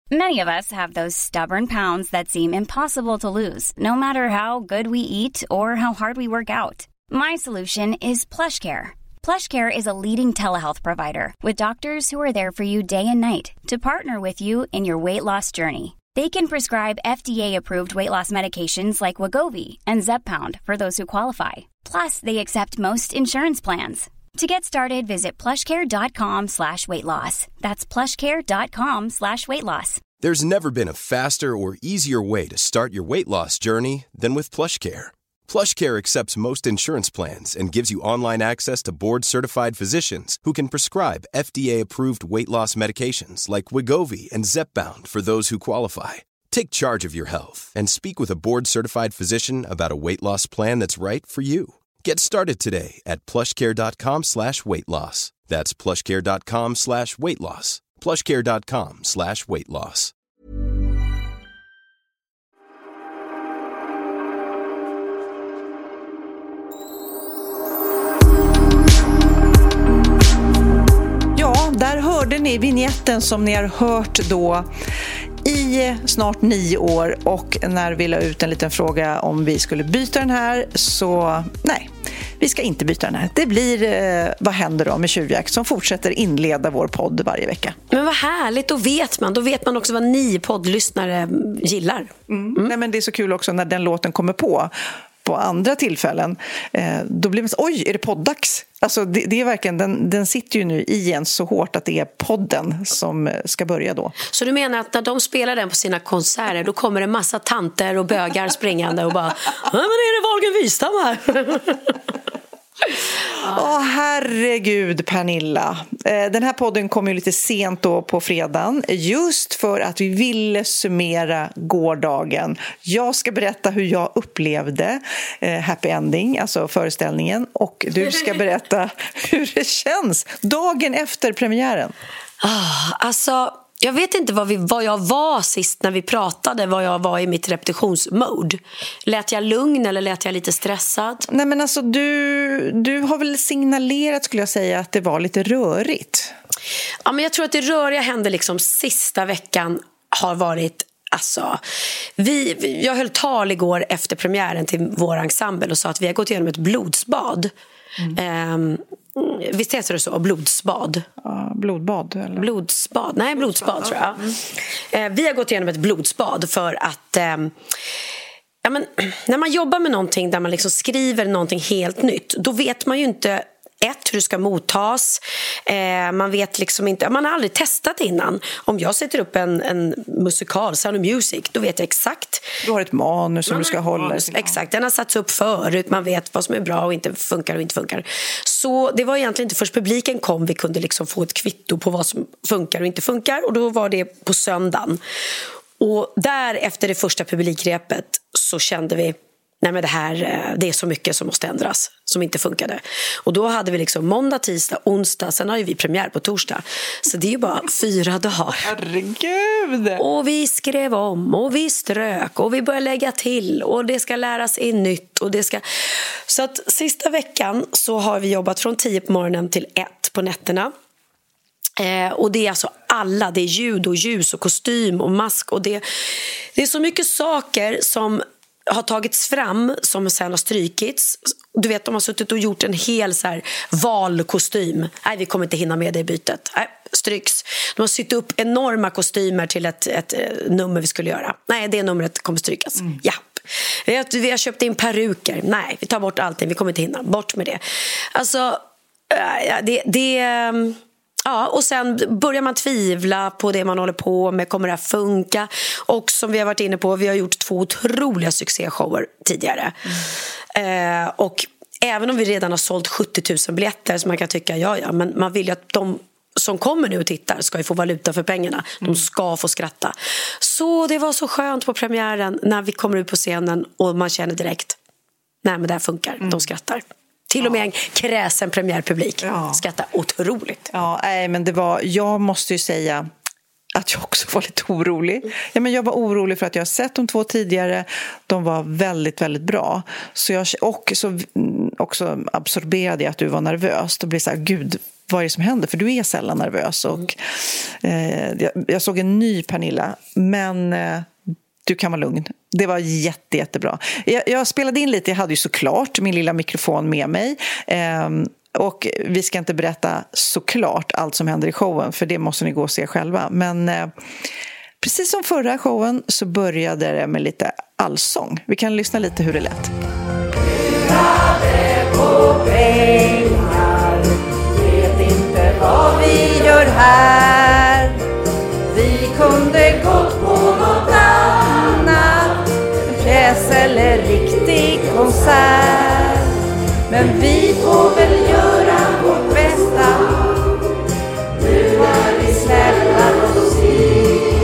Many of us have those stubborn pounds that seem impossible to lose, no matter how good we eat or how hard we work out. My solution is PlushCare. PlushCare is a leading telehealth provider with doctors who are there for you day and night to partner with you in your weight loss journey. They can prescribe FDA-approved weight loss medications like Wegovy and Zepbound for those who qualify. Plus, they accept most insurance plans. To get started, visit plushcare.com/weightloss. That's plushcare.com/weightloss. There's never been a faster or easier way to start your weight loss journey than with PlushCare. PlushCare accepts most insurance plans and gives you online access to board-certified physicians who can prescribe FDA-approved weight loss medications like Wegovy and Zepbound for those who qualify. Take charge of your health and speak with a board-certified physician about a weight loss plan that's right for you. Get started today at plushcare.com/weightloss. That's plushcare.com/weightloss. plushcare.com/weightloss. Ja, där hörde ni vignetten som ni har hört då i snart 9 år, och när vi la ut en liten fråga om vi skulle byta den här, så nej, vi ska inte byta den här. Det blir Vad händer då med Tjuvjakt, som fortsätter inleda vår podd varje vecka. Men vad härligt, då vet man också vad ni poddlyssnare gillar. Nej, men det är så kul också när den låten kommer på andra tillfällen, då blir man så, oj, är det poddags? Alltså det är verkligen, den sitter ju nu i en så hårt att det är podden som ska börja då. Så du menar att när de spelar den på sina konserter, då kommer en massa tanter och bögar springande och bara, men är det Wahlgren Wistam här? Herregud, Pernilla. Den här podden kom ju lite sent då på fredagen, just för att vi ville summera gårdagen. Jag ska berätta hur jag upplevde Happy Ending, alltså föreställningen, och du ska berätta hur det känns dagen efter premiären. Alltså, jag vet inte vad jag var sist när vi pratade, vad jag var i mitt repetitionsmode. Lät jag lugn eller lät jag lite stressad? Nej, men alltså du har väl signalerat, skulle jag säga, att det var lite rörigt. Ja, men jag tror att det röriga hände liksom sista veckan har varit, alltså, jag höll tal igår efter premiären till vår ensemble och sa att vi har gått igenom ett blodsbad. Visst heter det så? Blodsbad? Ja, blodbad eller? Blodsbad? Nej, blodsbad tror jag. Vi har gått igenom ett blodsbad för att ja, men, när man jobbar med någonting där man liksom skriver någonting helt nytt, då vet man ju inte hur det ska mottas. Man vet liksom inte, man har aldrig testat innan. Om jag sätter upp en musikal, Sound of Music, då vet jag exakt. Du har ett manus som du ska hålla. Exakt, den har satts upp förut. Man vet vad som är bra och inte funkar. Så det var egentligen inte först publiken kom vi kunde liksom få ett kvitto på vad som funkar och inte funkar. Och då var det på söndagen. Och där efter det första publikrepet så kände vi, nej men det är så mycket som måste ändras, som inte funkade. Och då hade vi liksom måndag, tisdag, onsdag, sen har ju vi premiär på torsdag. Så det är ju bara 4 dagar. Herregud! Och vi skrev om och vi strök och vi började lägga till och det ska läras in nytt och det ska... Så att sista veckan så har vi jobbat från 10 på morgonen till 1 på nätterna. Och det är alltså alla, det är ljud och ljus och kostym och mask och det är så mycket saker som har tagits fram som sen har strykits. Du vet, de har suttit och gjort en hel så här valkostym. Nej, vi kommer inte hinna med det i bytet. Nej, stryks. De har sytt upp enorma kostymer till ett nummer vi skulle göra. Nej, det numret kommer strykas. Ja. Vi har köpt in peruker. Nej, vi tar bort allting. Vi kommer inte hinna. Bort med det. Alltså, ja, och sen börjar man tvivla på det man håller på med. Kommer det här funka? Och som vi har varit inne på, vi har gjort 2 otroliga succéshower tidigare. Och även om vi redan har sålt 70 000 biljetter, så man kan tycka, ja, men man vill ju att de som kommer nu och tittar ska ju få valuta för pengarna. De ska få skratta. Så det var så skönt på premiären när vi kommer ut på scenen och man känner direkt, nej men det här funkar, de skrattar. Till och med en kräsen premiärpublik skrattar otroligt. Ja, nej, men jag måste ju säga att jag också var lite orolig. Ja, men jag var orolig för att jag har sett de 2 tidigare. De var väldigt, väldigt bra. Så jag också absorberade att du var nervös. Då blev det så här, gud, vad är det som händer? För du är sällan nervös. Och, jag såg en ny Pernilla, men du kan vara lugn. Det var jättebra. Jag spelade in lite, jag hade ju såklart min lilla mikrofon med mig. Och vi ska inte berätta såklart allt som händer i showen, för det måste ni gå och se själva. Men precis som förra showen så började det med lite allsång. Vi kan lyssna lite hur det lät. På pengar, vet inte vad vi gör här. Vi kunde gått på något annat, en pjäs eller riktig konsert. Men vi får väl göra vårt bästa. Nu har vi snälla oss i.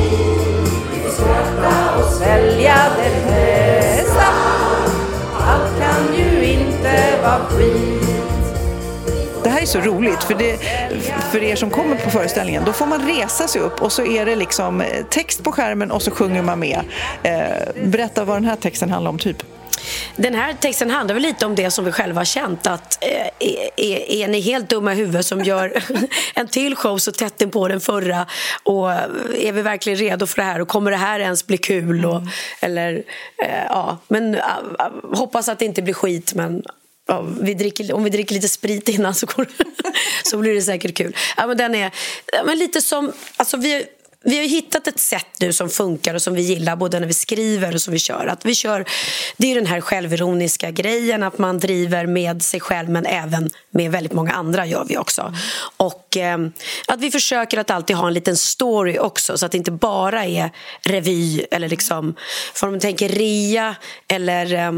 Vi skratta och svälja det bästa. Allt kan ju inte vara skit. Det här är så roligt, för er som kommer på föreställningen, då får man resa sig upp och så är det liksom text på skärmen och så sjunger man med. Berätta vad den här texten handlar om typ. Den här texten handlar väl lite om det som vi själva har känt, att är ni helt dumma i huvudet som gör en till show så tätt in på den förra, och är vi verkligen redo för det här och kommer det här ens bli kul och, eller men hoppas att det inte blir skit, men om vi dricker lite sprit innan så blir det säkert kul. Men den är lite som, alltså vi har hittat ett sätt nu som funkar och som vi gillar både när vi skriver och som vi kör. Att vi kör, det är den här självironiska grejen, att man driver med sig själv men även med väldigt många andra gör vi också. Och att vi försöker att alltid ha en liten story också, så att det inte bara är revy eller liksom, för om man tänker Ria eller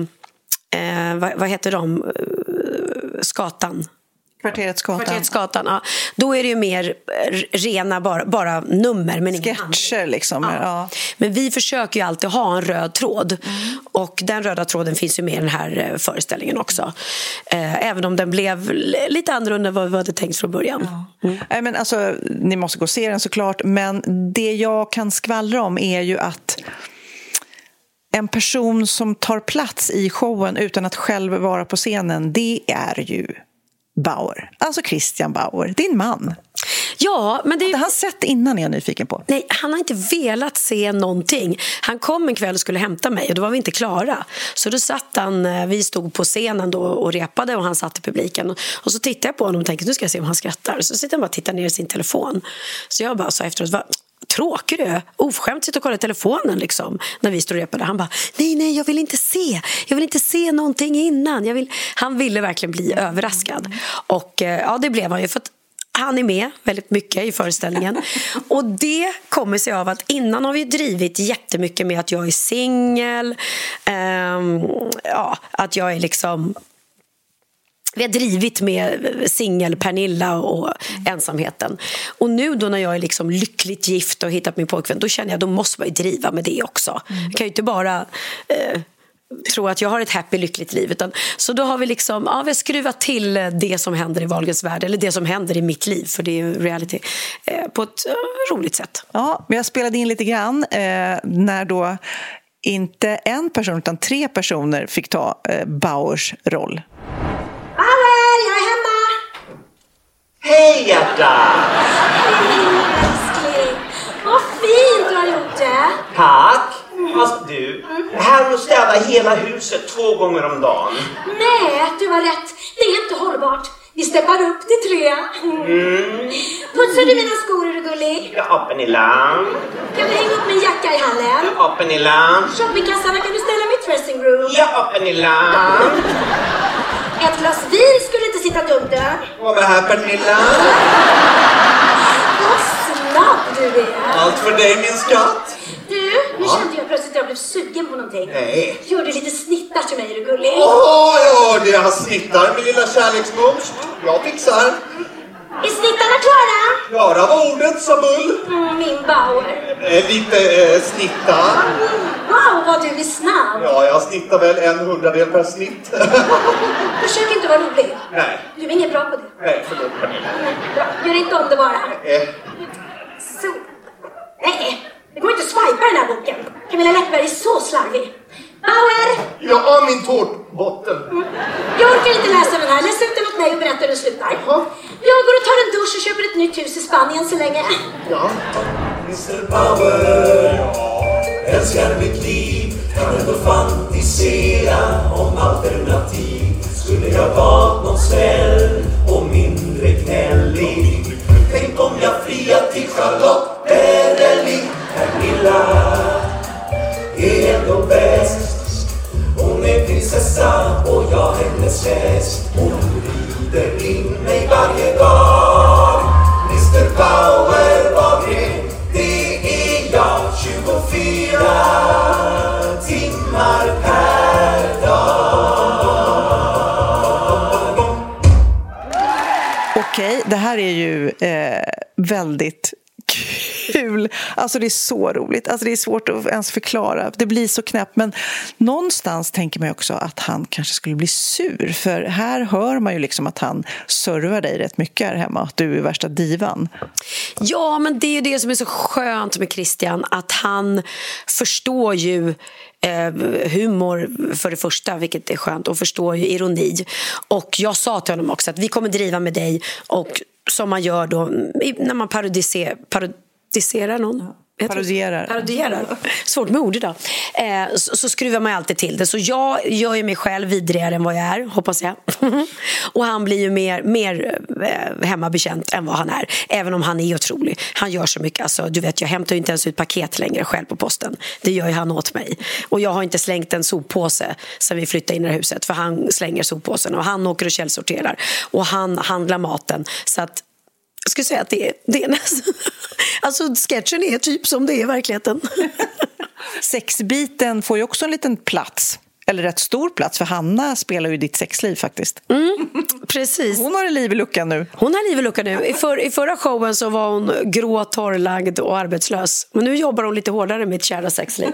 vad heter de? Skatan. Kvarterets Gatan, ja. Då är det ju mer rena bara nummer, men sketcher liksom. Ja. Men vi försöker ju alltid ha en röd tråd. Och den röda tråden finns ju med i den här föreställningen också. Även om den blev lite annorlunda än vad vi hade tänkt från början. Nej, men alltså, ni måste gå och se den såklart. Men det jag kan skvallra om är ju att en person som tar plats i showen utan att själv vara på scenen, det är ju Bauer. Alltså Christian Bauer, din man. Ja, men det hade han sett innan, är jag nyfiken på. Nej, han har inte velat se någonting. Han kom en kväll och skulle hämta mig och då var vi inte klara. Så då satt han, vi stod på scenen då och repade och han satt i publiken. Och så tittade jag på honom och tänkte, nu ska jag se om han skrattar. Så sitter han bara och tittar ner i sin telefon. Så jag bara sa efteråt, tråkig du, ofskämt sitta och kolla telefonen liksom, när vi stod och repade. Han bara, nej, jag vill inte se någonting innan. Han ville verkligen bli överraskad. Och det blev han ju, för att han är med väldigt mycket i föreställningen. Och det kommer sig av att innan har vi drivit jättemycket med att jag är singel, att jag är liksom, vi har drivit med singel Pernilla och ensamheten. Och nu då när jag är liksom lyckligt gift och hittat min pojkvän, då känner jag, då måste man ju driva med det också. Jag kan ju inte bara tro att jag har ett happy, lyckligt liv. Så då har vi liksom, vi har skruvat till det som händer i Wahlgrens värld, eller det som händer i mitt liv, för det är ju reality, på ett roligt sätt. Ja, men jag spelade in lite grann när då inte en person utan 3 personer fick ta Bauers roll. Bauer, jag är hemma! Hej hjärta! Älskling, vad fint du har gjort det! Tack! Alltså du, här och städa hela huset 2 gånger om dagen. Nej, du har rätt. Det är inte hållbart. Vi steppar upp till 3. Putsar du mina skor, är du gullig? Ja, Pernilla. Kan du hänga upp min jacka i hallen? Ja, Pernilla. Shoppingkassarna kan du ställa mitt dressing room? Ja, Pernilla. Ett glas vin skulle inte sitta dumt där. Vad var det här, Pernilla? Vad snabb du är. Allt för dig, min skatt. Du, nu kände jag plötsligt att jag blev sugen på någonting. Nej. Gör du lite snittar till mig, är du gullig? Ja, det är snittar, min lilla kärleksmums. Jag fixar. Är snittarna klara? Klara var ordet, Samuel. Min Bauer. Lite snittar. Wow, vad du är snabb. Ja, jag snittar väl 1/100 per snitt. Försök inte vara rolig. Nej. Du är inget bra på det. Nej, förlåt, Pernilla. Bra, gör inte om det bara. Så. Nej, det går inte att swipa den här boken. Camilla Läckberg är så slarvig. Bauer! Jag har min tårtbotten. Jag orkar inte läsa den här. Läs ut den åt mig och berätta hur den slutar. Jag går och tar en dusch och köper ett nytt hus i Spanien så länge. Ja. Mr. Bauer, älskar mitt liv. Kan ändå fantisera om alternativ. Skulle jag vara någon snäll och mindre gnällig. Tänk om jag friar till Charlotte Perrelli. Pernilla är ändå bäst. Hon är prinsessa och jag hennes häst. Hon rider in mig varje dag. Mr. Bauer Wahlgren, det är jag 24 timmar per dag. Okej, det här är ju väldigt kul. Alltså det är så roligt. Alltså det är svårt att ens förklara. Det blir så knäppt. Men någonstans tänker man också att han kanske skulle bli sur. För här hör man ju liksom att han servar dig rätt mycket här hemma. Att du är värsta divan. Ja, men det är ju det som är så skönt med Christian. Att han förstår ju humor för det första, vilket är skönt, och förstår ju ironi. Och jag sa till honom också att vi kommer driva med dig, och som man gör då när man parodiserar någon. Parodierar. Svårt med ord idag. Så skruvar man alltid till det. Så jag gör ju mig själv vidrigare än vad jag är, hoppas jag. Och han blir ju mer hemmabekänt än vad han är. Även om han är otrolig. Han gör så mycket. Alltså, du vet, jag hämtar ju inte ens ut paket längre själv på posten. Det gör ju han åt mig. Och jag har inte slängt en soppåse sen vi flyttade in i huset. För han slänger soppåsen. Och han åker och källsorterar. Och han handlar maten. Så att jag skulle säga att det är nästan... Alltså sketchen är typ som det är i verkligheten. Sexbiten får ju också en liten plats. Eller rätt stor plats, för Hanna spelar ju ditt sexliv faktiskt. Precis. Hon har en liv i luckan nu. I förra showen så var hon grå, torrlagd och arbetslös. Men nu jobbar hon lite hårdare med ett kära sexliv.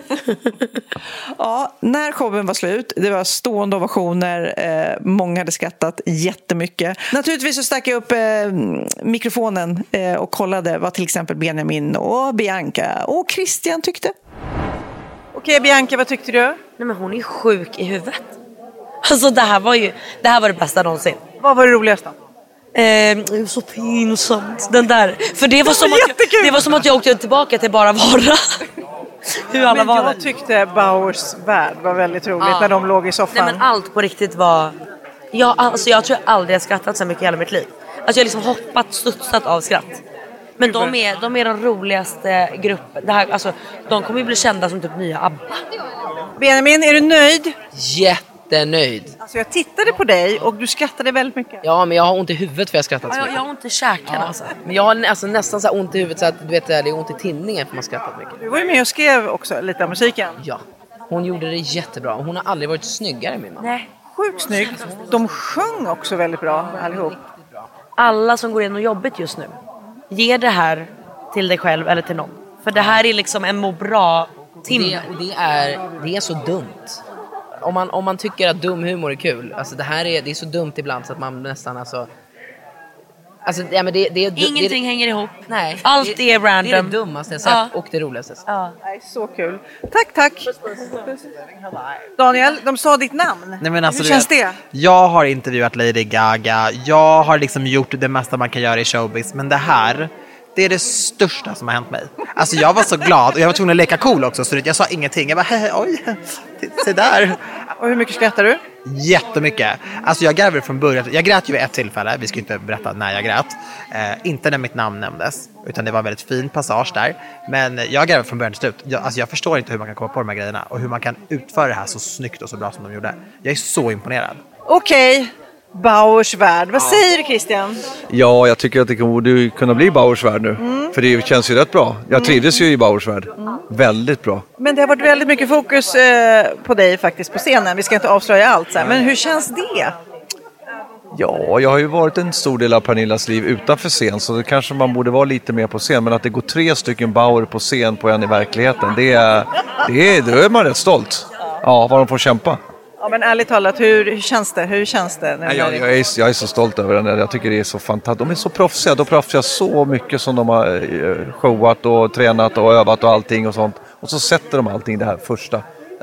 Ja, när showen var slut, det var stående ovationer. Många hade skrattat jättemycket. Naturligtvis så stack jag upp mikrofonen och kollade vad till exempel Benjamin och Bianca och Christian tyckte. Okej, Bianca, vad tyckte du? Nej, men hon är sjuk i huvudet. Alltså det här var det bästa någonsin. Vad var det roligaste? Det var så pinsamt. Den där. För det var som att jag åkte tillbaka till bara vara. Hur alla var. Jag tyckte Bauers värld var väldigt roligt när de låg i soffan. Nej, men allt på riktigt var... jag tror jag aldrig har skrattat så mycket i hela mitt liv. Alltså jag har liksom hoppat, studsat av skratt. Men de är den roligaste gruppen. De kommer ju bli kända som typ nya ABBA. Benjamin, är du nöjd? Jättenöjd. Alltså jag tittade på dig och du skrattade väldigt mycket. Ja, men jag har ont i huvudet för jag skrattat så mycket. Jag har ont i käken alltså. Men jag har nästan så ont i huvudet så att du vet, det är ont i tinningen för man skrattat mycket. Du var ju med och skrev också lite av musiken. Ja, hon gjorde det jättebra. Hon har aldrig varit snyggare, min mamma. Nej. Sjukt snygg. De sjöng också väldigt bra allihop. Alla som går igenom jobbet just nu, ge det här till dig själv eller till någon. För det här är liksom en må bra timme. Det är så dumt. Om man tycker att dum humor är kul, alltså det är så dumt ibland så att man nästan ingenting hänger ihop. Nej. Allt är random. Det är det dummaste jag sett och det roligaste. Ja. Nej, så kul. Tack. Daniel, de sa ditt namn. Nej, men alltså, hur känns det? Jag har intervjuat Lady Gaga. Jag har liksom gjort det mesta man kan göra i showbiz. Men det här, det är det största som har hänt mig. Alltså jag var så glad och jag var tvungen att leka cool också. Så jag sa ingenting. Jag bara, oj, se där. Och hur mycket skrattar du? Jättemycket. Alltså jag garvade från början. Jag grät ju vid ett tillfälle. Vi ska inte berätta när jag grät. Inte när mitt namn nämndes. Utan det var en väldigt fin passage där. Men jag garvade från början till slut. Jag förstår inte hur man kan komma på de här grejerna. Och hur man kan utföra det här så snyggt och så bra som de gjorde. Jag är så imponerad. Okej. Bauers värld. Vad säger du, Christian? Ja, jag tycker att det borde kunna bli Bauers värld nu. För det känns ju rätt bra. Jag trivdes ju i Bauers värld. Väldigt bra. Men det har varit väldigt mycket fokus på dig faktiskt på scenen. Vi ska inte avslöja allt. Så här. Men hur känns det? Ja, jag har ju varit en stor del av Pernillas liv utanför scen. Så det kanske man borde vara lite mer på scen. Men att det går 3 stycken Bauer på scen på en i verkligheten. Då är man rätt stolt. Ja, vad de får kämpa. Ja, men ärligt talat, hur känns det? Nej, jag är så stolt över den. Jag tycker det är så fantastiskt. De är så proffsiga. De proffsiga så mycket som de har showat och tränat och övat och allting och sånt. Och så sätter de allting det här första.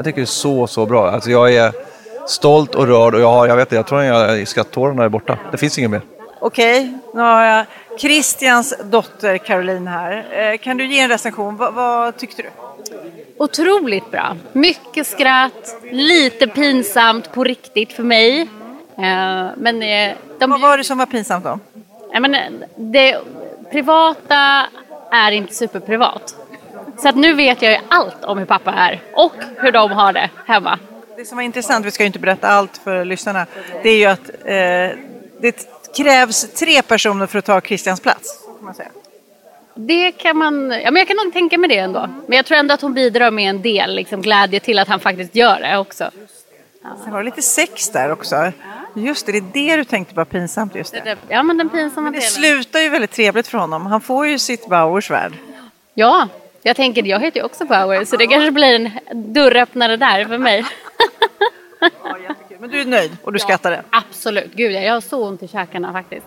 Jag tycker det är så bra. Alltså jag är stolt och rörd och jag tror att skrattårarna är borta. Det finns inget mer. Okej, nu har jag Christians dotter Caroline här. Kan du ge en recension? Vad tyckte du? Otroligt bra. Mycket skratt, lite pinsamt på riktigt för mig. Men vad var det som var pinsamt då? Men det privata är inte superprivat. Så att nu vet jag ju allt om hur pappa är och hur de har det hemma. Det som är intressant, vi ska ju inte berätta allt för lyssnarna, det är ju att det krävs 3 personer för att ta Christians plats, kan man säga. Det kan man, men jag kan nog tänka mig det ändå. Men jag tror ändå att hon bidrar med en del liksom, glädje till att han faktiskt gör det också. Ja. Sen var det lite sex där också. Just det är det du tänkte på pinsamt just det. Ja, men den pinsamma delen. Det slutar ju väldigt trevligt för honom. Han får ju sitt Bauersvärd. Ja, jag heter ju också Bauer, så det kanske blir en dörröppnare där för mig. Ja, jättekul. Men du är nöjd och du skattade? Absolut, gud jag har så ont i käkarna faktiskt.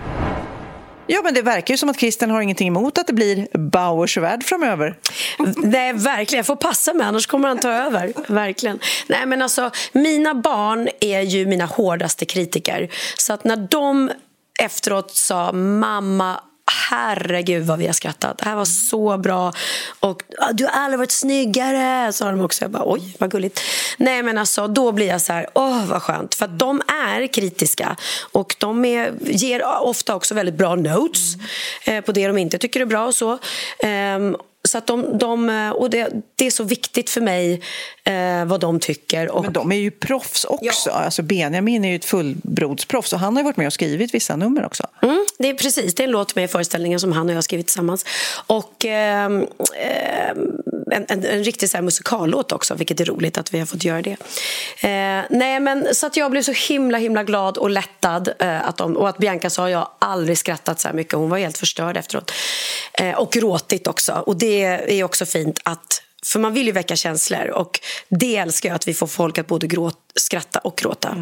Ja, men det verkar ju som att Christian har ingenting emot att det blir Bauersvärd framöver. Nej, verkligen. Jag får passa mig, annars kommer han ta över. Verkligen. Nej, men alltså, mina barn är ju mina hårdaste kritiker. Så att när de efteråt sa, mamma, herregud vad vi har skrattat. Det här var så bra. Och du har aldrig varit snyggare, sa de också. Jag bara, oj, vad gulligt. Nej, men alltså, då blir jag så här, vad skönt. För att de är kritiska. Och de ger ofta också väldigt bra notes på det de inte tycker är bra och så. Så att och det är så viktigt för mig vad de tycker. Och... Men de är ju proffs också. Ja. Alltså Benjamin är ju ett fullbrodsproffs och han har ju varit med och skrivit vissa nummer också. Det är precis, det är en låt med i föreställningen som han och jag har skrivit tillsammans. Och en riktig så här musikallåt också, vilket är roligt att vi har fått göra det. Nej, men så att jag blev så himla glad och lättad och att Bianca sa jag aldrig skrattat så här mycket. Hon var helt förstörd efteråt. Och gråtit också. Och det är också fint att, för man vill ju väcka känslor och det älskar jag, att vi får folk att både skratta och gråta.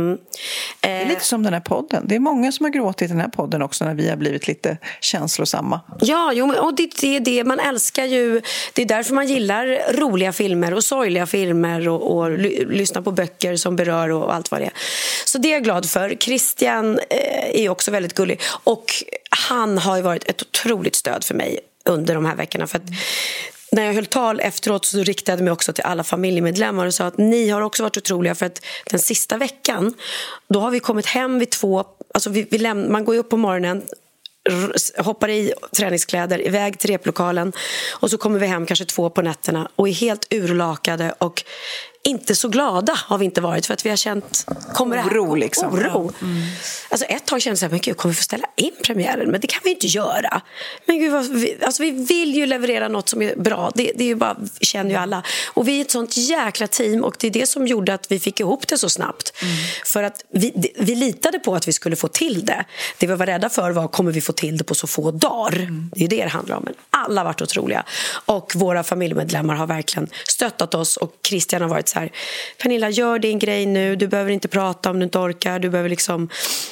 Det är lite som den här podden. Det är många som har gråtit i den här podden också när vi har blivit lite känslosamma. Ja, och det är det man älskar ju. Det är därför man gillar roliga filmer och sorgliga filmer och lyssna på böcker som berör och allt vad det är. Så det är jag glad för. Christian är också väldigt gullig och han har ju varit ett otroligt stöd för mig under de här veckorna, för att när jag höll tal efteråt så riktade jag mig också till alla familjemedlemmar och sa att ni har också varit otroliga, för att den sista veckan då har vi kommit hem vid 2, alltså man går ju upp på morgonen, hoppar i träningskläder, iväg till replokalen och så kommer vi hem kanske 2 på nätterna och är helt urlakade och inte så glada har vi inte varit, för att vi har känt oro liksom. Oro. Alltså ett tag kände jag, men gud, kommer vi få ställa in premiären? Men det kan vi inte göra. Men gud, vi vill ju leverera något som är bra. Det är ju bara, känner ju alla. Och vi är ett sånt jäkla team och det är det som gjorde att vi fick ihop det så snabbt. För att vi litade på att vi skulle få till det. Det vi var rädda för var, kommer vi få till det på så få dagar? Det är det handlar om. Men alla har varit otroliga. Och våra familjemedlemmar har verkligen stöttat oss, och Christian har varit så här, Pernilla, gör din grej nu, du behöver inte prata om du inte orkar, du behöver liksom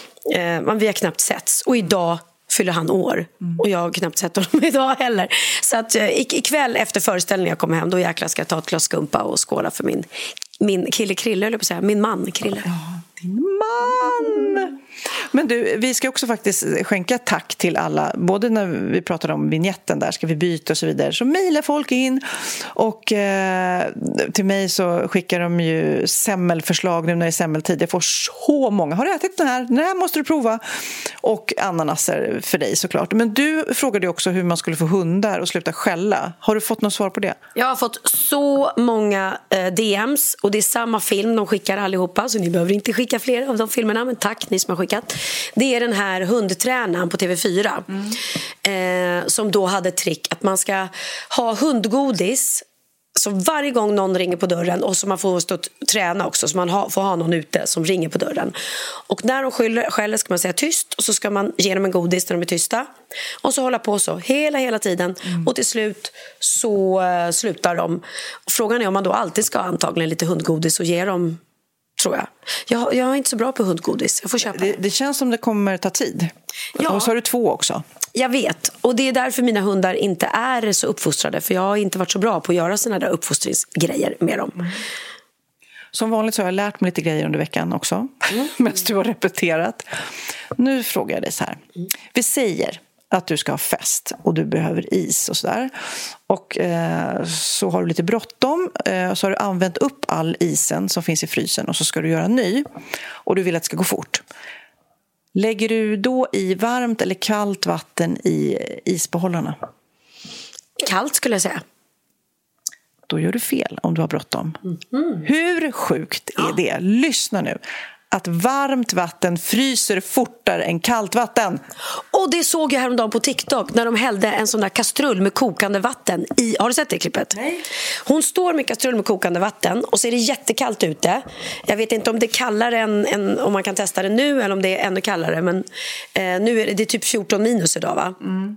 vi har knappt setts, och idag fyller han år och jag har knappt sett honom idag heller, så att ikväll efter föreställningen jag kommer hem, då jäklar ska jag ta ett glas skumpa och skåla för min kille Krille, eller på att säga, min man Krille. Ja, din man! Men du, vi ska också faktiskt skänka tack till alla, både när vi pratade om vignetten där, ska vi byta och så vidare, så mejlar folk in, och till mig så skickar de ju semmelförslag nu när det är semmeltid. Jag får så många, har du ätit den här måste du prova, och ananaser för dig såklart. Men du frågade ju också hur man skulle få hundar och sluta skälla. Har du fått något svar på det? Jag har fått så många DMs, och det är samma film de skickar allihopa, så ni behöver inte skicka fler av de filmerna, men tack ni som har skickat. Det är den här hundtränaren på TV4 som då hade trick att man ska ha hundgodis, så varje gång någon ringer på dörren, och så man får stå och träna också, så man får ha någon ute som ringer på dörren, och när de skäller ska man säga tyst, och så ska man ge dem en godis när de är tysta, och så hålla på så hela tiden, och till slut så slutar de. Frågan är om man då alltid ska antagligen lite hundgodis och ge dem tror jag. Jag är inte så bra på hundgodis. Jag får köpa det känns som det kommer ta tid. Ja. Och så har du 2 också. Jag vet, och det är därför mina hundar inte är så uppfostrade. För jag har inte varit så bra på att göra såna där uppfostringsgrejer med dem. Som vanligt så har jag lärt mig lite grejer under veckan också. Medan du har repeterat. Nu frågar jag dig så här. Vi säger att du ska ha fest och du behöver is och sådär. Och så har du lite bråttom. Så har du använt upp all isen som finns i frysen. Och så ska du göra ny. Och du vill att det ska gå fort. Lägger du då i varmt eller kallt vatten i isbehållarna? Kallt skulle jag säga. Då gör du fel om du har bråttom. Hur sjukt är det? Lyssna nu. Att varmt vatten fryser fortare än kallt vatten. Och det såg jag häromdagen på TikTok när de hällde en sån där kastrull med kokande vatten i. Har du sett det klippet? Nej. Hon står med kastrull med kokande vatten och så är det jättekallt ute. Jag vet inte om det är kallare än om man kan testa det nu eller om det är ännu kallare, men nu är det typ 14 minus idag, va?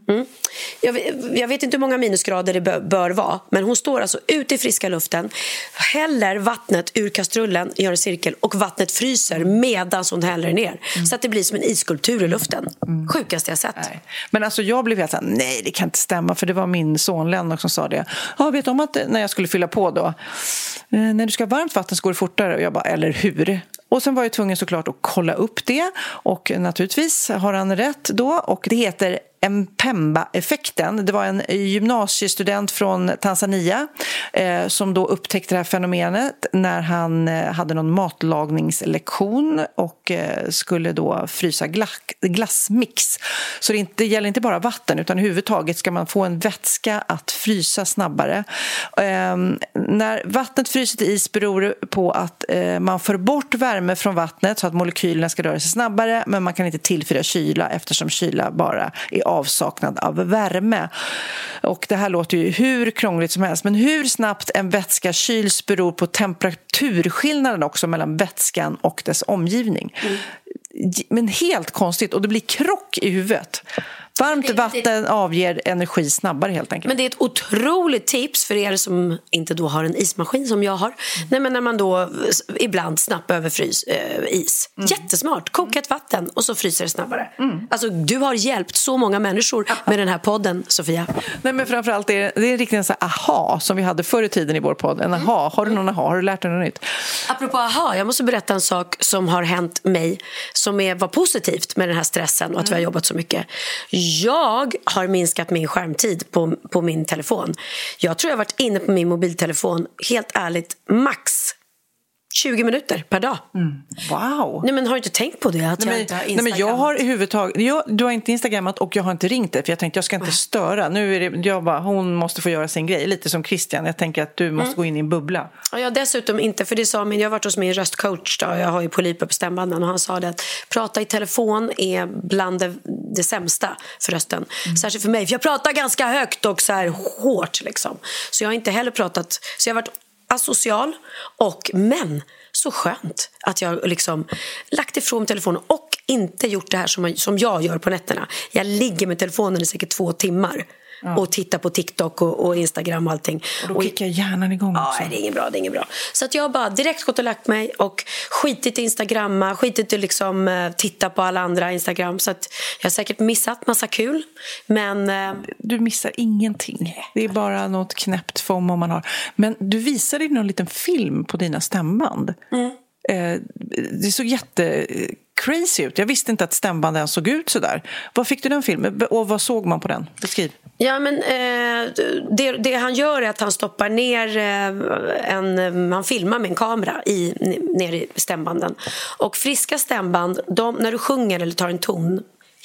Jag vet inte hur många minusgrader det bör vara, men hon står alltså ute i friska luften, häller vattnet ur kastrullen, gör en cirkel och vattnet fryser medan hon häller ner. Så att det blir som en isskulptur i luften. Sjukaste jag sett. Nej. Men alltså jag blev helt såhär, nej det kan inte stämma, för det var min son Lennart som sa det. Ja, vet du om att när jag skulle fylla på då, när du ska ha varmt vatten så går det fortare. Och jag bara, eller hur? Och sen var jag tvungen såklart att kolla upp det. Och naturligtvis har han rätt då. Och det heter Mpemba-effekten. Det var en gymnasiestudent från Tanzania som då upptäckte det här fenomenet när han hade någon matlagningslektion och skulle då frysa glassmix. Så det gäller inte bara vatten, utan överhuvudtaget ska man få en vätska att frysa snabbare. När vattnet fryser till is beror det på att man får bort värme från vattnet så att molekylerna ska röra sig snabbare, men man kan inte tillföra kyla eftersom kyla bara är avsaknad av värme. Och det här låter ju hur krångligt som helst, men hur snabbt en vätska kyls beror på temperaturskillnaden också mellan vätskan och dess omgivning. Men helt konstigt, och det blir krock i huvudet. Varmt vatten avger energi snabbare helt enkelt. Men det är ett otroligt tips för er som inte då har en ismaskin som jag har. Nej, men när man då ibland snabbt överfrys is. Jättesmart. Koka ett vatten och så fryser det snabbare. Alltså du har hjälpt så många människor med den här podden, Sofia. Nej, men framförallt det är riktigt en sån här aha som vi hade förr i tiden i vår podd. En aha. Har du någon aha? Har du lärt dig något nytt? Apropå aha, jag måste berätta en sak som har hänt mig som var positivt med den här stressen och att vi har jobbat så mycket. Jag har minskat min skärmtid på min telefon. Jag tror jag har varit inne på min mobiltelefon, helt ärligt, max 20 minuter per dag. Wow. Nej, men har du inte tänkt på det? Att jag inte har Instagram? Nej, men jag har i huvudtaget... Du har inte Instagrammat och jag har inte ringt dig. För jag tänkte jag ska inte störa. Nu är det, hon måste få göra sin grej. Lite som Christian. Jag tänker att du måste gå in i en bubbla. Och jag dessutom inte, för det sa jag har varit hos min röstcoach då. Jag har ju polyper på stämbanden. Och han sa det att prata i telefon är bland det sämsta för rösten. Särskilt för mig. För jag pratar ganska högt och så här hårt liksom. Så jag har inte heller pratat... Så jag har varit asocial men så skönt att jag liksom lagt ifrån telefonen och inte gjort det här som jag gör på nätterna. Jag ligger med telefonen i säkert 2 timmar och tittar på TikTok och Instagram och allting. Och då kickar hjärnan igång också. Ja, det är inget bra. Så att jag har bara direkt gått och lagt mig och skitit i Instagramma, skitit i liksom titta på alla andra Instagram. Så att jag har säkert missat massa kul. Men du missar ingenting. Det är bara något knäppt FOMO man har. Men du visade ju någon liten film på dina stämband. Det såg jättecrazy ut. Jag visste inte att stämbanden såg ut så där. Vad fick du den filmen? Och vad såg man på den? Beskriv. Ja, men det han gör är att han stoppar ner han filmar med en kamera ner i stämbanden. Och friska stämband, när du sjunger eller tar en ton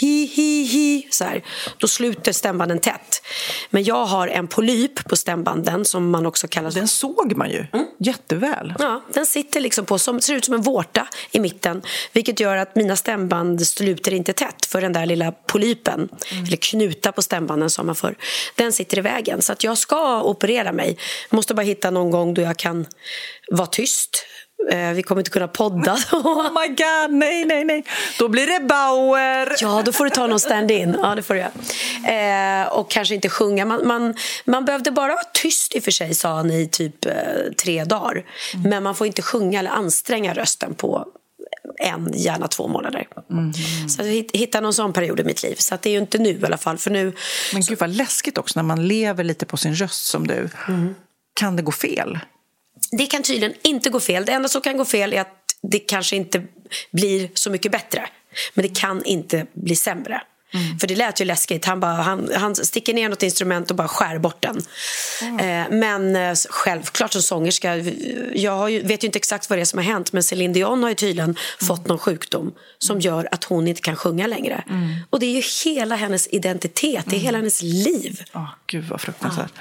hi så här, då sluter stämbanden tätt. Men jag har en polyp på stämbanden som man också kallar. Den såg man ju jätteväl. Ja, den sitter liksom på ser ut som en vårta i mitten, vilket gör att mina stämband sluter inte tätt för den där lilla polypen eller knuta på stämbanden som man får. Den sitter i vägen, så att jag ska operera mig. Jag måste bara hitta någon gång då jag kan vara tyst Vi kommer inte kunna podda. Oh my god, nej. Då blir det Bauer. Ja, då får du ta någon stand-in. Ja, det får du göra. Och kanske inte sjunga. Man behövde bara vara tyst i och för sig, sa han i typ 3 dagar. Men man får inte sjunga eller anstränga rösten på 1, gärna 2 månader. Så jag hittade någon sån period i mitt liv. Så att det är ju inte nu i alla fall. För nu... Men gud vad läskigt också när man lever lite på sin röst som du. Kan det gå fel? Det kan tydligen inte gå fel. Det enda som kan gå fel är att det kanske inte blir så mycket bättre. Men det kan inte bli sämre. För det lät ju läskigt. Han sticker ner något instrument och bara skär bort den. Men självklart som sångerska, vet ju inte exakt vad det är som har hänt, men Céline Dion har ju tydligen fått någon sjukdom som gör att hon inte kan sjunga längre. Och det är ju hela hennes identitet, det är hela hennes liv. Gud vad fruktansvärt.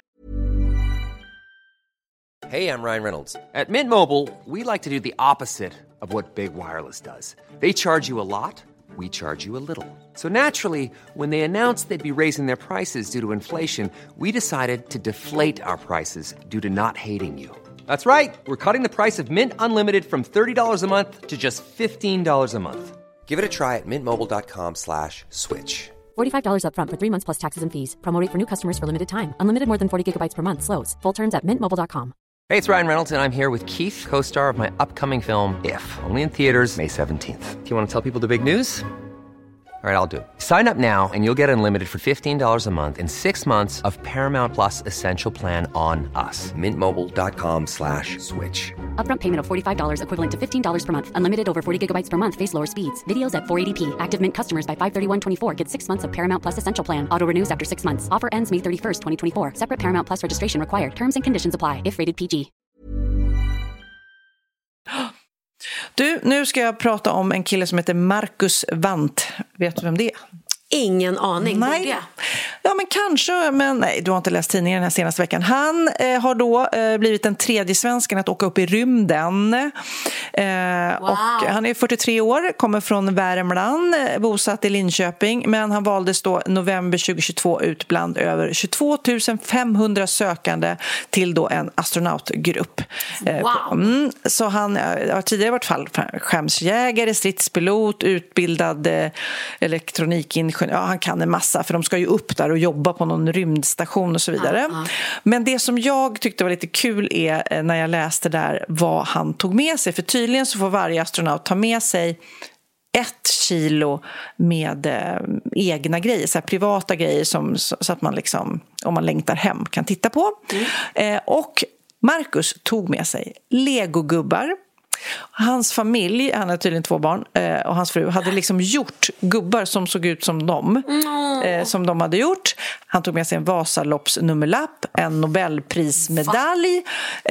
Hey, I'm Ryan Reynolds. At Mint Mobile, we like to do the opposite of what Big Wireless does. They charge you a lot, we charge you a little. So naturally, when they announced they'd be raising their prices due to inflation, we decided to deflate our prices due to not hating you. That's right. We're cutting the price of Mint Unlimited from $30 a month to just $15 a month. Give it a try at mintmobile.com/switch. $45 up front for 3 months plus taxes and fees. Promo rate for new customers for limited time. Unlimited more than 40 gigabytes per month slows. Full terms at mintmobile.com. Hey, it's Ryan Reynolds, and I'm here with Keith, co-star of my upcoming film, If, only in theaters May 17th. Do you want to tell people the big news? All right, I'll do it. Sign up now and you'll get unlimited for $15 a month and 6 months of Paramount Plus Essential Plan on us. mintmobile.com/switch. Upfront payment of $45 equivalent to $15 per month. Unlimited over 40 gigabytes per month. Face lower speeds. Videos at 480p. Active Mint customers by 531.24 get 6 months of Paramount Plus Essential Plan. Auto renews after 6 months. Offer ends May 31st, 2024. Separate Paramount Plus registration required. Terms and conditions apply if rated PG. Du, nu ska jag prata om en kille som heter Marcus Wandt. Vet du vem det är? Ingen aning. Nej. Ja, men kanske, men nej, du har inte läst tidningen den här senaste veckan. Han har då blivit den 3:e svensken att åka upp i rymden. Och han är 43 år, kommer från Värmland, bosatt i Linköping, men han valdes då november 2022 ut bland över 22 500 sökande till då en astronautgrupp. Så han har tidigare varit fallskärmsjägare, stridspilot, utbildad elektronikingenjör. Ja, han kan en massa, för de ska ju upp där och jobba på någon rymdstation och så vidare. Men det som jag tyckte var lite kul är när jag läste där vad han tog med sig. För tydligen så får varje astronaut ta med sig 1 kilo med egna grejer, så här privata grejer så att man liksom, om man längtar hem, kan titta på. Och Marcus tog med sig legogubbar. Hans familj, han har tydligen 2 barn, och hans fru hade liksom gjort gubbar som såg ut som som de hade gjort. Han tog med sig en Vasaloppsnummerlapp, en Nobelprismedalj.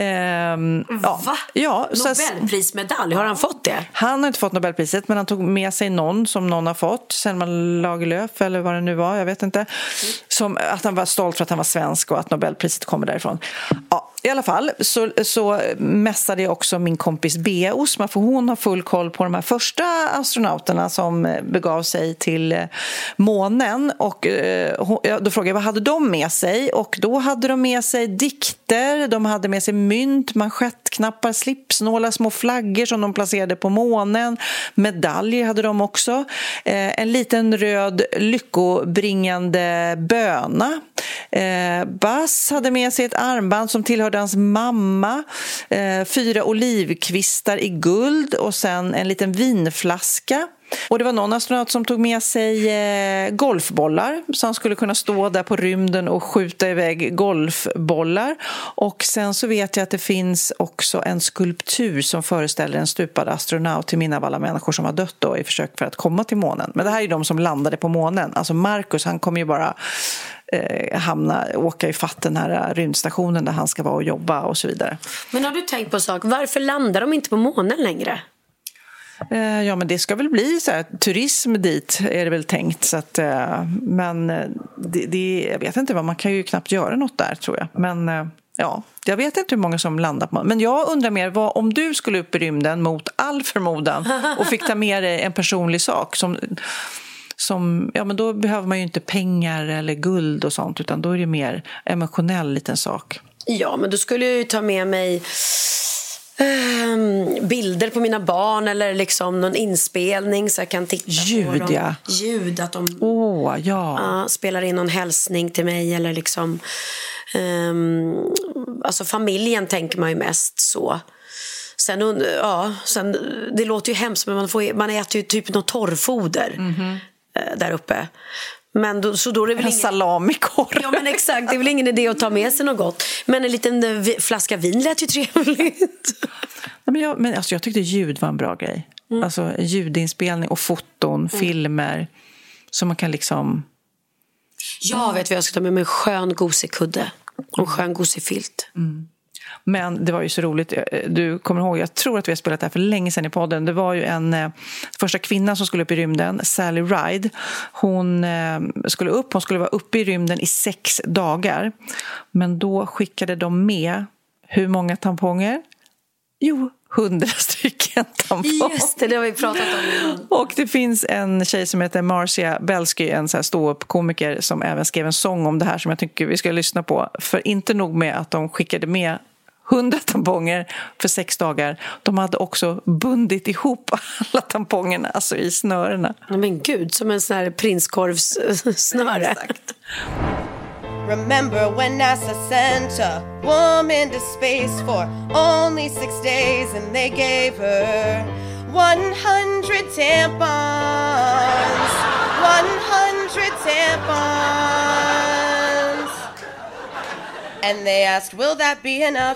Nobelprismedalj, har han fått det? Han har inte fått Nobelpriset, men han tog med sig någon som någon har fått, Selma Lagerlöf eller vad det nu var, jag vet inte. Som att han var stolt för att han var svensk och att Nobelpriset kommer därifrån. Ja, i alla fall så mässade jag också min kompis Bea Osma, för hon har full koll på de här första astronauterna som begav sig till månen. Och då frågade jag, vad hade de med sig? Och då hade de med sig dikter, de hade med sig mynt, manschettknappar, slipsnålar, små flaggor som de placerade på månen. Medaljer hade de också. En liten röd lyckobringande böna. Buzz hade med sig ett armband som tillhörde hans mamma, 4 olivkvistar i guld och sen en liten vinflaska. Och det var någon astronaut som tog med sig golfbollar, så han skulle kunna stå där på rymden och skjuta iväg golfbollar. Och sen så vet jag att det finns också en skulptur som föreställer en stupad astronaut till minne av alla människor som har dött då i försök för att komma till månen. Men det här är de som landade på månen. Alltså Marcus, han kommer ju bara åka i fatt den här rymdstationen där han ska vara och jobba och så vidare. Men har du tänkt på en sak? Varför landar de inte på månen längre? Ja, men det ska väl bli så här, turism dit är det väl tänkt, så att, men jag vet inte vad, man kan ju knappt göra något där, tror jag. Men ja, jag vet inte hur många som landar på. Men jag undrar mer, om du skulle upp i rymden mot all förmodan och fick ta med dig en personlig sak som ja, men då behöver man ju inte pengar eller guld och sånt, utan då är det mer emotionell liten sak. Ja, men då skulle jag ju ta med mig bilder på mina barn eller liksom någon inspelning så jag kan titta på dem. Ja. Ljud, att de spelar in någon hälsning till mig eller liksom alltså familjen tänker man ju mest så. Sen det låter ju hemskt men man äter ju typ något torrfoder där uppe. Men då är det väl en salamikorv. Ja men exakt, det är väl ingen idé att ta med sig något gott. Men en liten flaska vin lät ju trevligt. Men alltså, jag tyckte ljud var en bra grej. Alltså ljudinspelning och foton, filmer. Så man kan liksom... Jag vet vad jag ska ta med mig, en skön gosig kudde och en skön gosig filt. Men det var ju så roligt. Du kommer ihåg, jag tror att vi har spelat det här för länge sedan i podden. Det var ju en första kvinna som skulle upp i rymden, Sally Ride. Hon skulle vara uppe i rymden i 6 dagar. Men då skickade de med hur många tamponger? Jo, 100 stycken tamponger. Just det har vi pratat om. Och det finns en tjej som heter Marcia Belsky, en så här ståuppkomiker som även skrev en sång om det här som jag tycker vi ska lyssna på. För inte nog med att de skickade med 100 tamponger för 6 dagar. De hade också bundit ihop alla tampongerna, alltså i snörena. Men gud, som en sån här prinskorvssnöre. Exakt. Remember when NASA sent a woman to space for only 6 days and they gave her 100 tampons. 100 tampons. And they asked, will that be enough?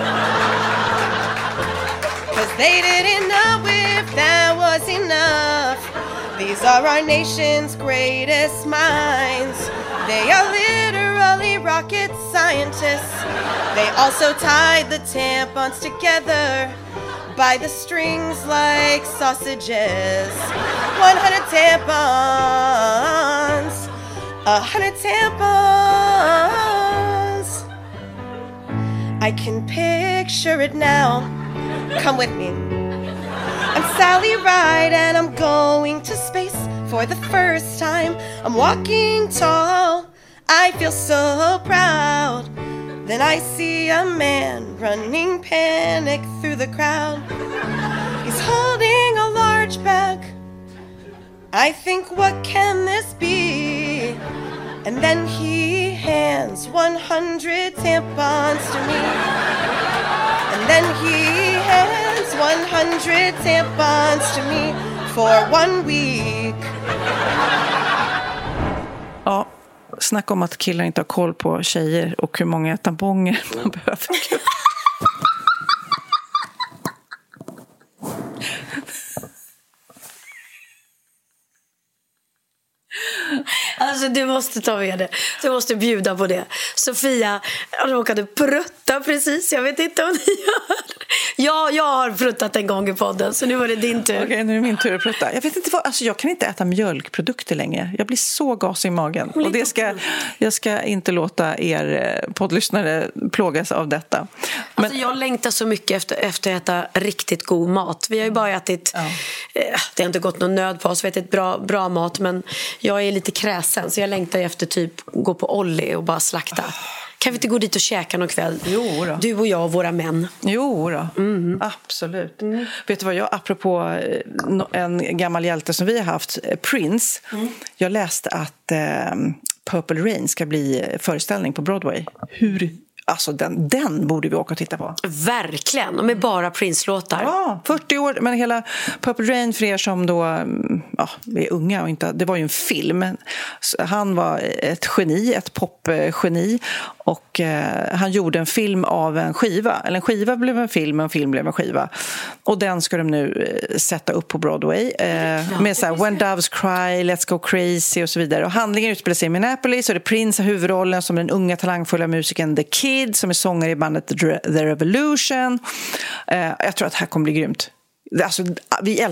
'Cause they didn't know if that was enough. These are our nation's greatest minds. They are literally rocket scientists. They also tied the tampons together by the strings like sausages. 100 tampons. 100 tampons. I can picture it now. Come with me. I'm Sally Ride and I'm going to space for the first time. I'm walking tall, I feel so proud. Then I see a man running panic through the crowd. He's holding a large bag. I think, what can this be? And then he hands 100 tampons to me. And then he hands 100 tampons to me for 1 week. Ja, snacka om att killar inte har koll på tjejer och hur många tamponger man behöver. Alltså du måste ta med det. Du måste bjuda på det. Sofia råkade prutta precis. Jag vet inte om ni gör. Ja, jag har pruttat en gång i podden. Så nu var det din tur. Okej, nu är det min tur att prutta. Jag vet inte vad, alltså jag kan inte äta mjölkprodukter längre. Jag blir så gasig i magen. Och jag ska inte låta er poddlyssnare plågas av detta. Men alltså jag längtar så mycket efter att äta riktigt god mat. Vi har ju bara ätit det har inte gått någon nöd på oss. Vi har ätit bra mat, men jag är lite kräsen. Så jag längtar efter typ gå på Olli och bara slakta. Kan vi inte gå dit och käka någon kväll? Jo då. Du och jag och våra män. Jo då, absolut. Vet du vad, apropå en gammal hjälte som vi har haft, Prince. Jag läste att Purple Rain ska bli föreställning på Broadway. Alltså den borde vi åka och titta på. Verkligen, och med bara Prince-låtar. Ja, 40 år, men hela Purple Rain, för er som då är unga och inte, det var ju en film. Han var ett geni, ett popgeni, och han gjorde en film av en skiva. Eller en skiva blev en film, en film blev en skiva. Och den ska de nu sätta upp på Broadway med så här When Doves Cry, Let's Go Crazy och så vidare. Och handlingen utspelar sig i Minneapolis, och det är Prince huvudrollen som den unga talangfulla musikern The Kid, som är sångare i bandet The Revolution. Jag tror att det här kommer bli grymt. Alltså, vi älskar ju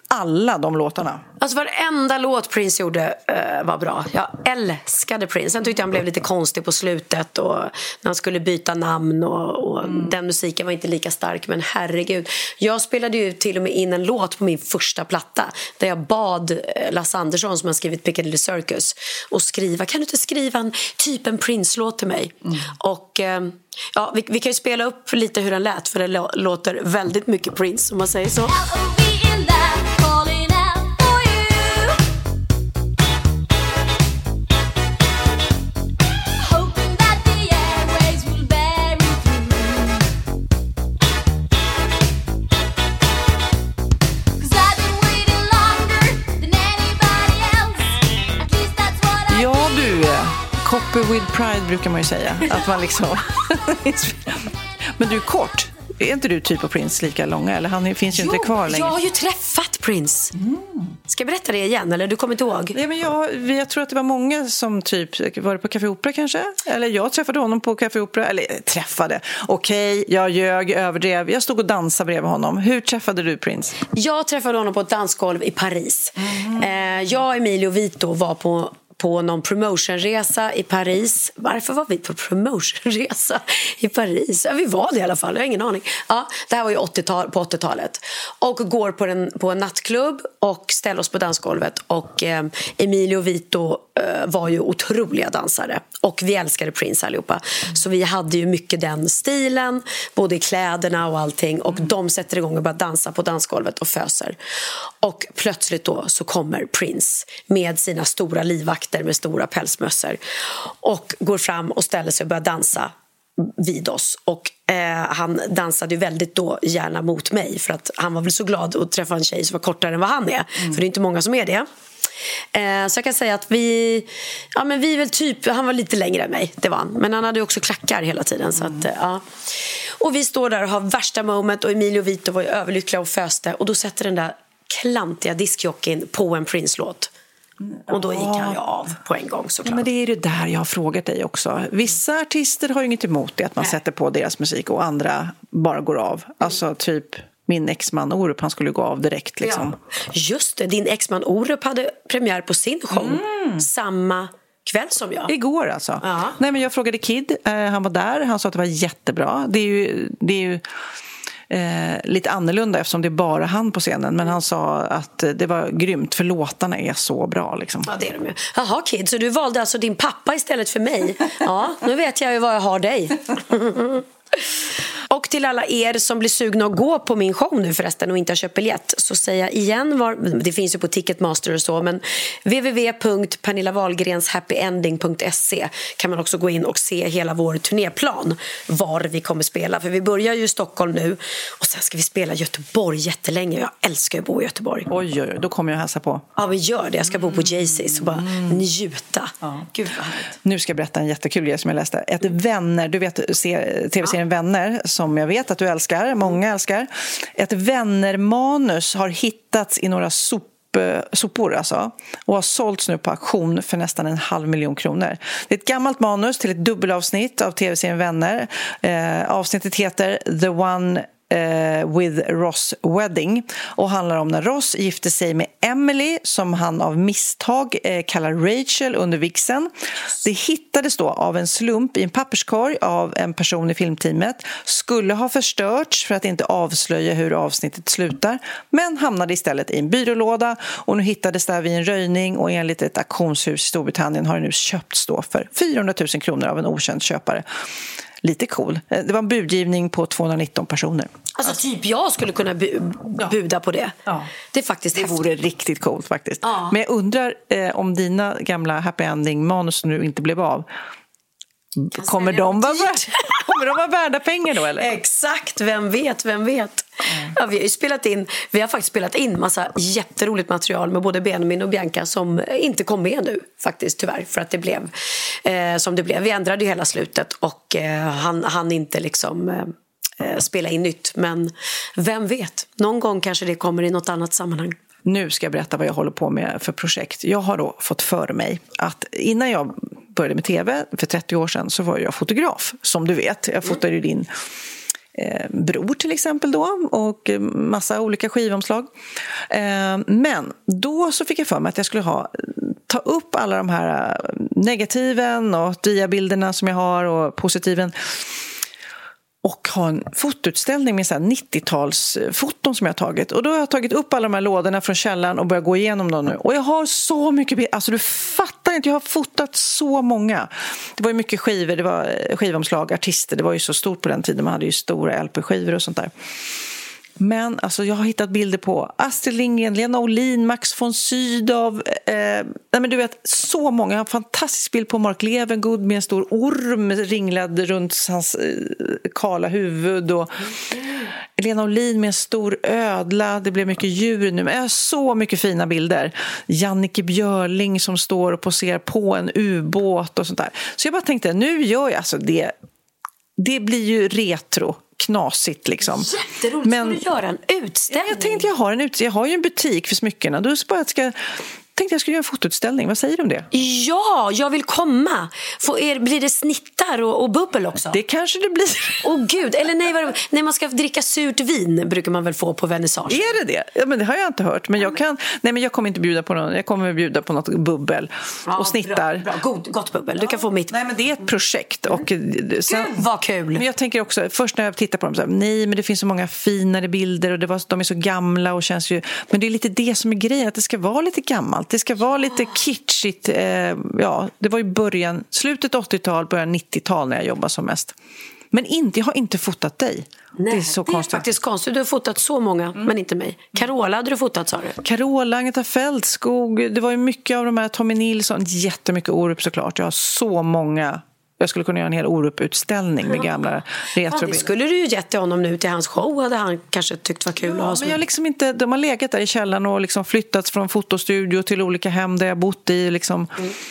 alla de låtarna. Alltså varenda låt Prince gjorde var bra. Jag älskade Prince. Sen tyckte jag han blev lite konstig på slutet och när han skulle byta namn och den musiken var inte lika stark. Men herregud, jag spelade ju till och med in en låt på min första platta där jag bad Lasse Andersson som har skrivit Piccadilly Circus och skriva, kan du inte skriva en Prince-låt till mig? Och ja, vi kan ju spela upp lite hur den lät, för det låter väldigt mycket Prince om man säger så. Copy with pride brukar man ju säga. Att man liksom... Men du är kort. Är inte du typ av Prince lika långa? Eller han finns ju inte kvar längre. Jag har ju träffat Prince. Ska jag berätta det igen? Eller du kommer inte ihåg? Ja, men jag tror att det var många som typ... Var det på Café Opera kanske? Eller jag träffade honom på Café Opera. Eller träffade. Okej, jag ljög, överdrev. Jag stod och dansade bredvid honom. Hur träffade du Prince? Jag träffade honom på ett dansgolv i Paris. Jag och Emilio Vito var på någon promotionresa i Paris. Varför var vi på promotionresa i Paris? Ja, vi var det i alla fall, jag har ingen aning. Ja, det här var ju på 80-talet. Och går på en nattklubb och ställer oss på dansgolvet. Och Emilio Vito var ju otroliga dansare. Och vi älskade Prince allihopa. Så vi hade ju mycket den stilen, både i kläderna och allting. Och de sätter igång och börjar dansa på dansgolvet och föser. Och plötsligt då så kommer Prince med sina stora livvakter med stora pälsmössor och går fram och ställer sig och börjar dansa vid oss. Och han dansade ju väldigt då gärna mot mig, för att han var väl så glad att träffa en tjej som var kortare än vad han är. För det är inte många som är det. Så jag kan säga att vi väl typ, han var lite längre än mig, det var han. Men han hade ju också klackar hela tiden, så att, ja. Och vi står där och har värsta moment, och Emilio Vito var ju överlyckliga och föste. Och då sätter den där klantiga diskjockeyn på en Prince-låt. Och då gick han ju av på en gång, såklart. Ja, men det är ju där jag har frågat dig också. Vissa artister har ju inget emot det, att man sätter på deras musik, och andra bara går av. Alltså typ min exman Orup, han skulle gå av direkt liksom. Ja, just det, din exman Orup hade premiär på sin show samma kväll som jag. Igår alltså. Nej, men jag frågade Kid, han var där, han sa att det var jättebra. Det är ju lite annorlunda eftersom det är bara han på scenen, men han sa att det var grymt, för låtarna är så bra liksom. Ja, det är de ju. Jaha, Kid, så du valde alltså din pappa istället för mig. Ja, nu vet jag ju vad jag har dig. Och till alla er som blir sugna att gå på min show nu förresten och inte har köpt biljett, så säger jag igen, det finns ju på Ticketmaster och så, men www.pernillawahlgrenshappyending.se kan man också gå in och se hela vår turnéplan, var vi kommer spela. För vi börjar ju i Stockholm nu och sen ska vi spela Göteborg jättelänge. Jag älskar att bo i Göteborg. Oj, då kommer jag hälsa på. Ja, vi gör det. Jag ska bo på Jay-Z's och bara njuta. Gud vad härligt. Nu ska jag berätta en jättekul grej som jag läste. Ett Vänner, du vet tv-serien Vänner, som jag vet att du älskar, många älskar. Ett Vänner-manus har hittats i några sopor alltså, och har sålts nu på auktion för nästan 500 000 kronor. Det är ett gammalt manus till ett dubbelavsnitt av tv-serien Vänner. Avsnittet heter The One with Ross Wedding och handlar om när Ross gifte sig med Emily, som han av misstag kallar Rachel under vigseln. Det hittades då av en slump i en papperskorg av en person i filmteamet, skulle ha förstörts för att inte avslöja hur avsnittet slutar, men hamnade istället i en byrålåda, och nu hittades där vid en röjning, och enligt ett auktionshus i Storbritannien har det nu köpts då för 400 000 kronor av en okänd köpare. Lite cool. Det var en budgivning på 219 personer. Alltså typ jag skulle kunna buda på det. Ja. Det är faktiskt det vore riktigt coolt faktiskt. Ja. Men jag undrar om dina gamla happy ending manus nu inte blev av. Kommer de vara värda pengar då eller? Exakt, vem vet. Ja, vi har faktiskt spelat in massa jätteroligt material med både Benjamin och Bianca som inte kom med nu faktiskt, tyvärr, för att det blev som det blev. Vi ändrade ju hela slutet och han inte liksom spela in nytt, men vem vet, någon gång kanske det kommer i något annat sammanhang. Nu ska jag berätta vad jag håller på med för projekt. Jag har då fått för mig att innan jag började med tv för 30 år sedan så var jag fotograf, som du vet. Jag fotade ju din Bror till exempel då, och massa olika skivomslag. Men då så fick jag för mig att jag skulle ta upp alla de här negativen och diabilderna som jag har och positiven och ha en fotoutställning med 90-talsfoton som jag har tagit. Och då har jag tagit upp alla de här lådorna från källaren och börjat gå igenom dem nu. Och jag har så mycket bilder. Alltså du fattar inte, jag har fotat så många. Det var ju mycket skivor, det var skivomslag, artister. Det var ju så stort på den tiden, man hade ju stora LP-skivor och sånt där. Men alltså, jag har hittat bilder på Astrid Lindgren, Lena Olin, Max von Sydow. Nej, men du vet, så många. Jag har en fantastisk bild på Mark Levengood med en stor orm ringlad runt hans kala huvud. Och Lena Olin med en stor ödla. Det blev mycket djur nu. Men jag har så mycket fina bilder. Jannike Björling som står och poserar på en ubåt och sånt där. Så jag bara tänkte, nu gör jag alltså det. Det blir ju retro. Knasigt liksom. Jätteroligt, men ska du göra en utställning? Jag tänkte jag har ju en butik för smyckena. Då tänkte jag skulle göra en fotoutställning. Vad säger du om det? Ja, jag vill komma. Blir det snittar och bubbel också? Det kanske det blir. Gud, eller nej, man ska dricka surt vin brukar man väl få på vernissage. Är det? Ja, men det har jag inte hört. Men jag kommer inte bjuda på någon. Jag kommer bjuda på något bubbel och snittar. Bra. Gott bubbel. Du kan få mitt. Nej, men det är ett projekt. Och sen, Gud, vad kul. Men jag tänker också, först när jag tittar på dem så här, nej, men det finns så många finare bilder och de är så gamla och känns ju, men det är lite det som är grejen, att det ska vara lite gammalt. Det ska vara lite kitschigt. Det var i slutet 80-tal, början 90-tal när jag jobbade som mest. Men jag har inte fotat dig. Nej, det är så konstigt. Det är faktiskt konstigt. Du har fotat så många, men inte mig. Carola hade du fotat, sa du? Carola, Agneta Fältskog. Det var ju mycket av de här, Tommy Nilsson. Jättemycket Orup såklart. Jag har så många. Jag skulle kunna göra en hel Orup-utställning med gamla retrobilder. Det skulle du ju gett honom nu till hans show. Hade han kanske tyckt var kul att ha. Men jag liksom inte, de har legat där i källaren och liksom flyttats från fotostudio till olika hem där jag bott i. Liksom.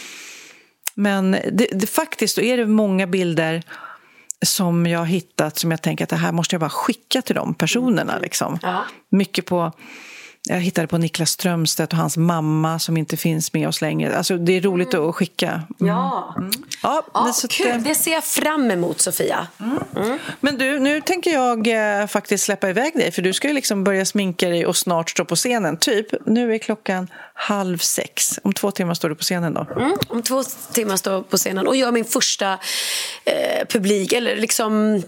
Men det faktiskt då är det många bilder som jag har hittat som jag tänker att det här måste jag bara skicka till de personerna. Liksom. Ja. Mycket på... Jag hittade på Niklas Strömstedt och hans mamma som inte finns med oss längre. Alltså det är roligt att skicka. Ja, kul. Det ser jag fram emot, Sofia. Men du, nu tänker jag faktiskt släppa iväg dig. För du ska ju liksom börja sminka dig och snart stå på scenen. Nu är klockan 5:30. Om 2 timmar står du på scenen då? Om 2 timmar står jag på scenen och gör min första publik. Eller liksom...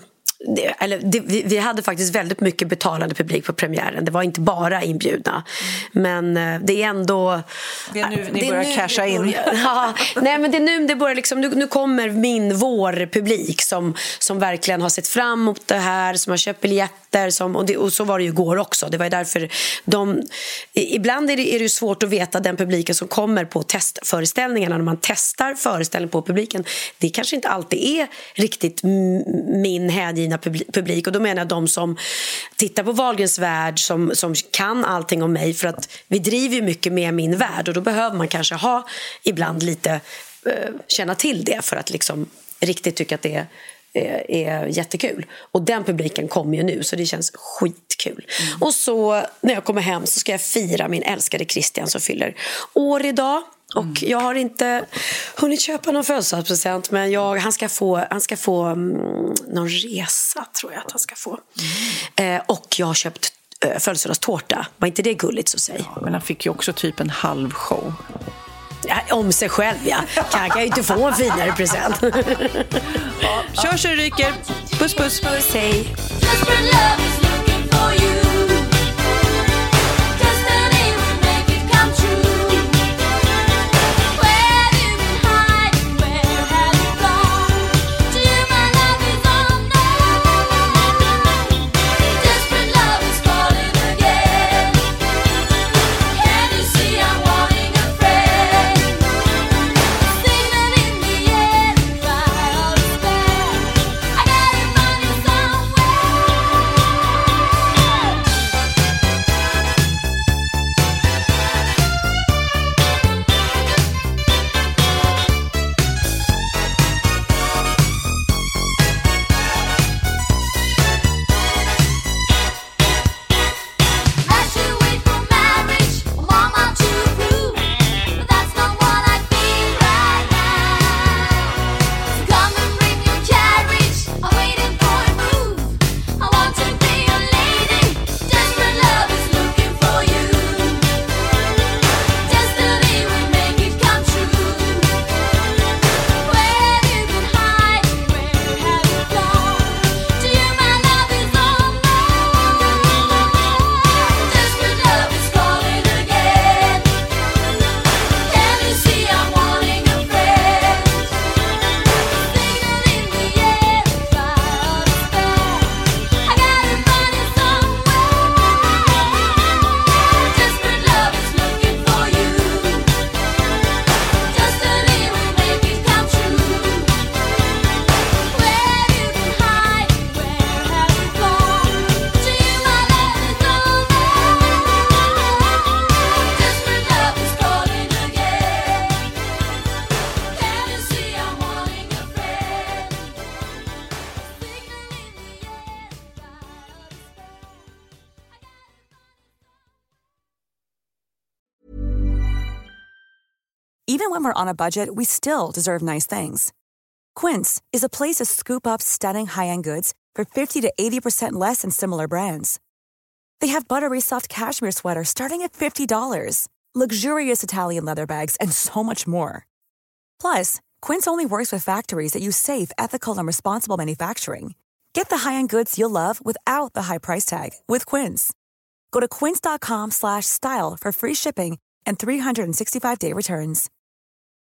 Vi hade faktiskt väldigt mycket betalande publik på premiären. Det var inte bara inbjudna. Men det är ändå... Det är nu ni börjar casha in. Nej, men det är nu det börjar liksom... Nu kommer vår publik som verkligen har sett fram emot det här, som har köpt biljetter. Och så var det ju igår också. Det var därför ibland är det ju svårt att veta den publiken som kommer på testföreställningarna. När man testar föreställningen på publiken. Det kanske inte alltid är riktigt min hängivna publik, och då menar jag de som tittar på Wahlgrens värld som kan allting om mig, för att vi driver ju mycket med min värld, och då behöver man kanske ha ibland lite känna till det för att liksom riktigt tycka att det är jättekul. Och den publiken kommer ju nu, så det känns skitkul. Och så när jag kommer hem så ska jag fira min älskade Christian som fyller år idag. Och jag har inte hunnit köpa någon födelsedagspresent, men han ska få någon resa, tror jag att han ska få. Och jag har köpt födelsedagstårta. Var inte det gulligt, så säg? Ja, men han fick ju också typ en halv show. Ja, om sig själv, ja. Kan ju inte få en finare present. Kör så ryker. Puss, puss. Puss, hej. Even when we're on a budget, we still deserve nice things. Quince is a place to scoop up stunning high-end goods for 50 to 80% less than similar brands. They have buttery soft cashmere sweaters starting at $50, luxurious Italian leather bags, and so much more. Plus, Quince only works with factories that use safe, ethical, and responsible manufacturing. Get the high-end goods you'll love without the high price tag with Quince. Go to quince.com/style for free shipping and 365-day returns.